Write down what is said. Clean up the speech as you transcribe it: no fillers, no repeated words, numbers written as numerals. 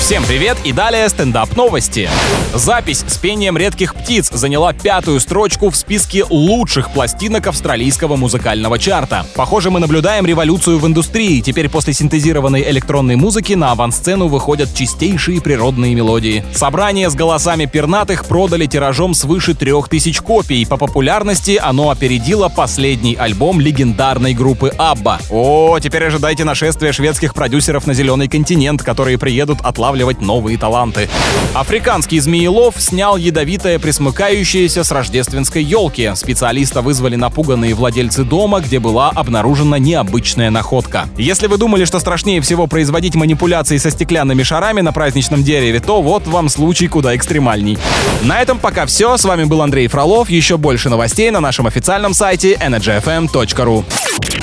Всем привет и далее стендап-новости. Запись с пением редких птиц заняла 5-ю строчку в списке лучших пластинок австралийского музыкального чарта. Похоже, мы наблюдаем революцию в индустрии. Теперь после синтезированной электронной музыки на авансцену выходят чистейшие природные мелодии. Собрание с голосами пернатых продали тиражом свыше 3000 копий. По популярности оно опередило последний альбом легендарной группы Абба. О, теперь ожидайте нашествия шведских продюсеров на Зеленый континент, которые приедут отлавливать новые таланты. Африканский змеелов снял ядовитое пресмыкающееся с рождественской елки. Специалиста вызвали напуганные владельцы дома, где была обнаружена необычная находка. Если вы думали, что страшнее всего производить манипуляции со стеклянными шарами на праздничном дереве, то вот вам случай куда экстремальней. На этом пока все. С вами был Андрей Фролов. Еще больше новостей на нашем официальном сайте energyfm.ru.